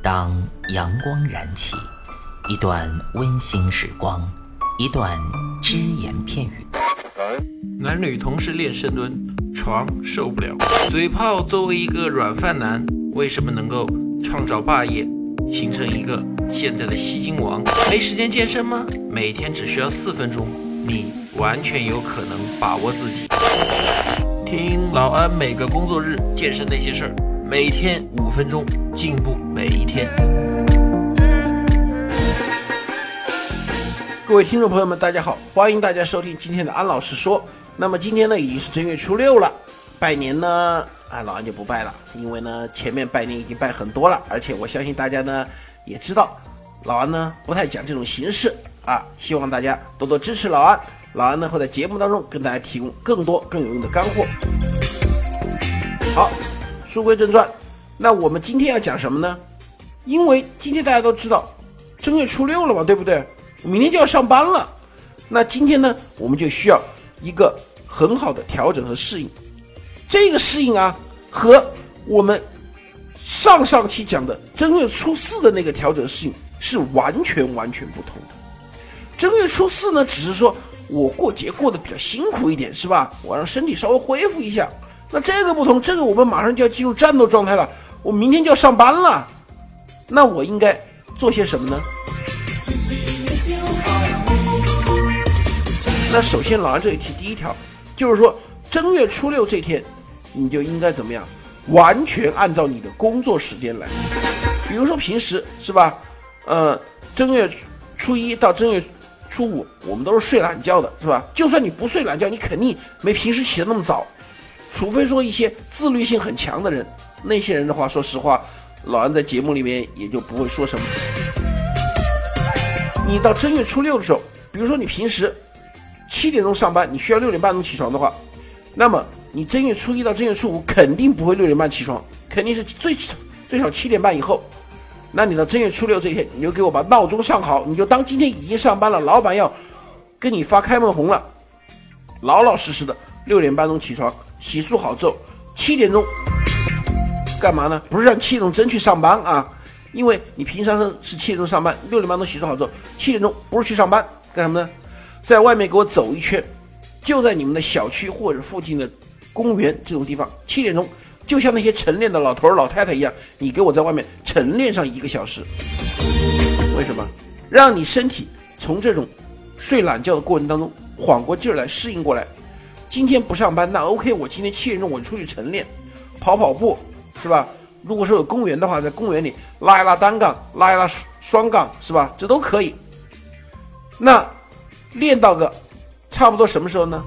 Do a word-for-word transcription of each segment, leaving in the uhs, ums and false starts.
当阳光燃起，一段温馨时光，一段只言片语。 男女同时练深蹲，床受不了。嘴炮作为一个软饭男，为什么能够创造霸业，形成一个现在的吸金王？没时间健身吗？每天只需要四分钟，你完全有可能把握自己。听老安每个工作日健身那些事儿，每天五分钟，进步每一天。 各位听众朋友们，大家好，欢迎大家收听今天的安老师说。那么今天呢，已经是正月初六了，拜年呢，啊，老安就不拜了，因为呢，前面拜年已经拜很多了，而且我相信大家呢也知道，老安呢不太讲这种形式啊，希望大家多多支持老安。老安呢会在节目当中跟大家提供更多更有用的干货。好，书归正传，那我们今天要讲什么呢？因为今天大家都知道正月初六了嘛，对不对？明天就要上班了，那今天呢，我们就需要一个很好的调整和适应。这个适应啊，和我们上上期讲的正月初四的那个调整适应是完全完全不同的。正月初四呢，只是说我过节过得比较辛苦一点，是吧？我让身体稍微恢复一下。那这个不同，这个我们马上就要进入战斗状态了，我明天就要上班了，那我应该做些什么呢？那首先老安这里提第一条，就是说正月初六这天你就应该怎么样，完全按照你的工作时间来。比如说平时是吧，呃，正月初一到正月初五我们都是睡懒觉的，是吧？就算你不睡懒觉，你肯定没平时起得那么早，除非说一些自律性很强的人，那些人的话说实话老安在节目里面也就不会说什么。你到正月初六的时候，比如说你平时七点钟上班，你需要六点半钟起床的话，那么你正月初一到正月初五肯定不会六点半起床，肯定是最最少七点半以后。那你到正月初六这一天，你就给我把闹钟上好，你就当今天已经上班了，老板要跟你发开门红了，老老实实的六点半钟起床，洗漱好之后，七点钟干嘛呢？不是让七点钟真去上班啊，因为你平常是七点钟上班，六点半钟洗漱好之后，七点钟不是去上班，干什么呢？在外面给我走一圈，就在你们的小区或者附近的公园这种地方，七点钟就像那些晨练的老头老太太一样，你给我在外面晨练上一个小时。为什么？让你身体从这种睡懒觉的过程当中缓过劲儿来，适应过来。今天不上班，那 OK， 我今天七点钟我出去晨练，跑跑步，是吧？如果说有公园的话，在公园里拉一拉单杠，拉一拉双杠，是吧？这都可以。那练到个差不多什么时候呢？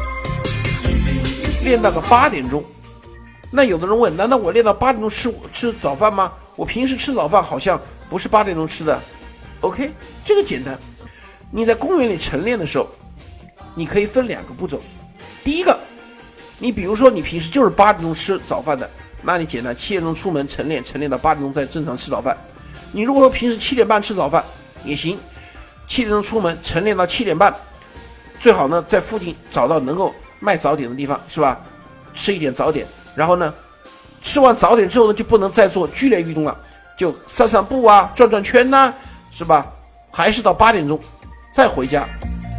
练到个八点钟。那有的人问，难道我练到八点钟吃吃早饭吗？我平时吃早饭好像不是八点钟吃的。 OK， 这个简单。你在公园里晨练的时候，你可以分两个步骤。第一个，你比如说你平时就是八点钟吃早饭的，那你简单，七点钟出门晨练，晨练到八点钟再正常吃早饭。你如果说平时七点半吃早饭也行，七点钟出门晨练到七点半，最好呢在附近找到能够卖早点的地方，是吧？吃一点早点，然后呢吃完早点之后呢，就不能再做剧烈运动了，就散散步啊，转转圈呐、啊，是吧？还是到八点钟再回家。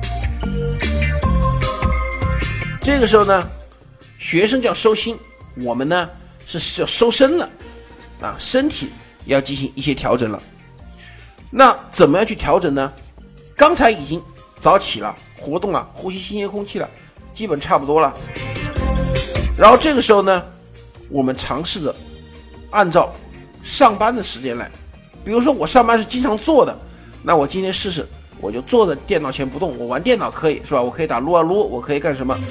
这个时候呢，学生叫收心，我们呢是要收身了啊，身体要进行一些调整了。那怎么样去调整呢？刚才已经早起了，活动了，呼吸新鲜空气了，基本差不多了。然后这个时候呢，我们尝试着按照上班的时间来。比如说我上班是经常坐的，那我今天试试，我就坐在电脑前不动，我玩电脑可以，是吧？我可以打撸啊撸，我可以干什么？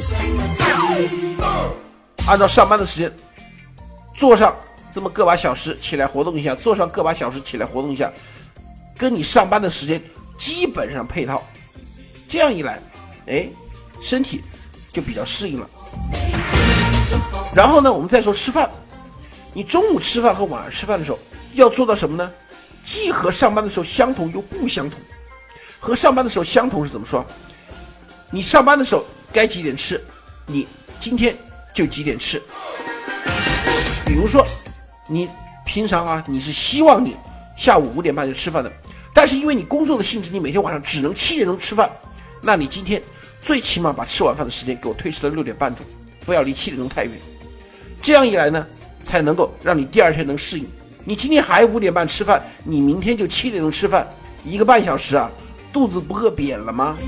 按照上班的时间坐上这么个把小时起来活动一下，坐上个把小时起来活动一下，跟你上班的时间基本上配套。这样一来，哎，身体就比较适应了。然后呢，我们再说吃饭。你中午吃饭和晚上吃饭的时候要做到什么呢？既和上班的时候相同又不相同。和上班的时候相同是怎么说？你上班的时候该几点吃，你今天就几点吃。比如说你平常啊，你是希望你下午五点半就吃饭的，但是因为你工作的性质，你每天晚上只能七点钟吃饭，那你今天最起码把吃晚饭的时间给我推迟到六点半钟，不要离七点钟太远。这样一来呢，才能够让你第二天能适应。你今天还五点半吃饭，你明天就七点钟吃饭，一个半小时啊，肚子不饿扁了吗？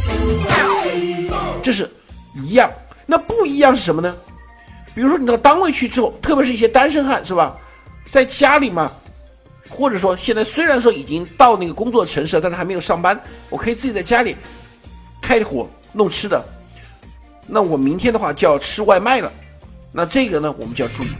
这是一样。那不一样是什么呢？比如说你到单位去之后，特别是一些单身汉是吧，在家里嘛，或者说现在虽然说已经到那个工作城市，但是还没有上班，我可以自己在家里开火弄吃的。那我明天的话就要吃外卖了，那这个呢我们就要注意。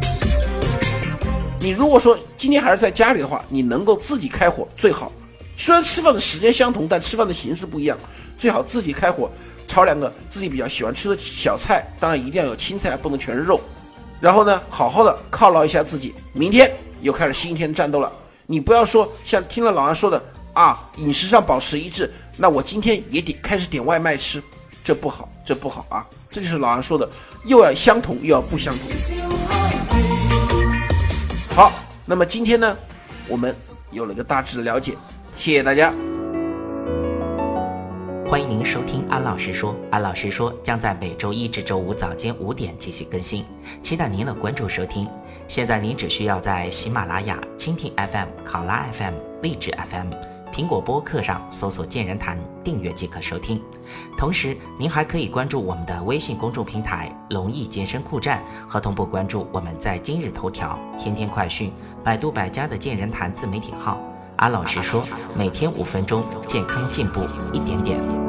你如果说今天还是在家里的话，你能够自己开火最好，虽然吃饭的时间相同，但吃饭的形式不一样，最好自己开火炒两个自己比较喜欢吃的小菜，当然一定要有青菜，不能全是肉。然后呢，好好的犒劳一下自己，明天又开始新一天战斗了。你不要说像听了老杨说的啊，饮食上保持一致，那我今天也得开始点外卖吃，这不好，这不好啊！这就是老杨说的，又要相同又要不相同。好，那么今天呢，我们有了个大致的了解，谢谢大家。 欢迎您收听安老师说，安老师说将在每周一至周五早间五点进行更新，期待您的关注收听。现在您只需要在喜马拉雅、蜻蜓 F M、考拉 F M、荔枝 F M、苹果播客上搜索健人谈订阅即可收听。同时您还可以关注我们的微信公众平台龙易健身酷站，和同步关注我们在今日头条、天天快讯、百度百家的健人谈自媒体号。安老师说，每天五分钟，健康进步一点点。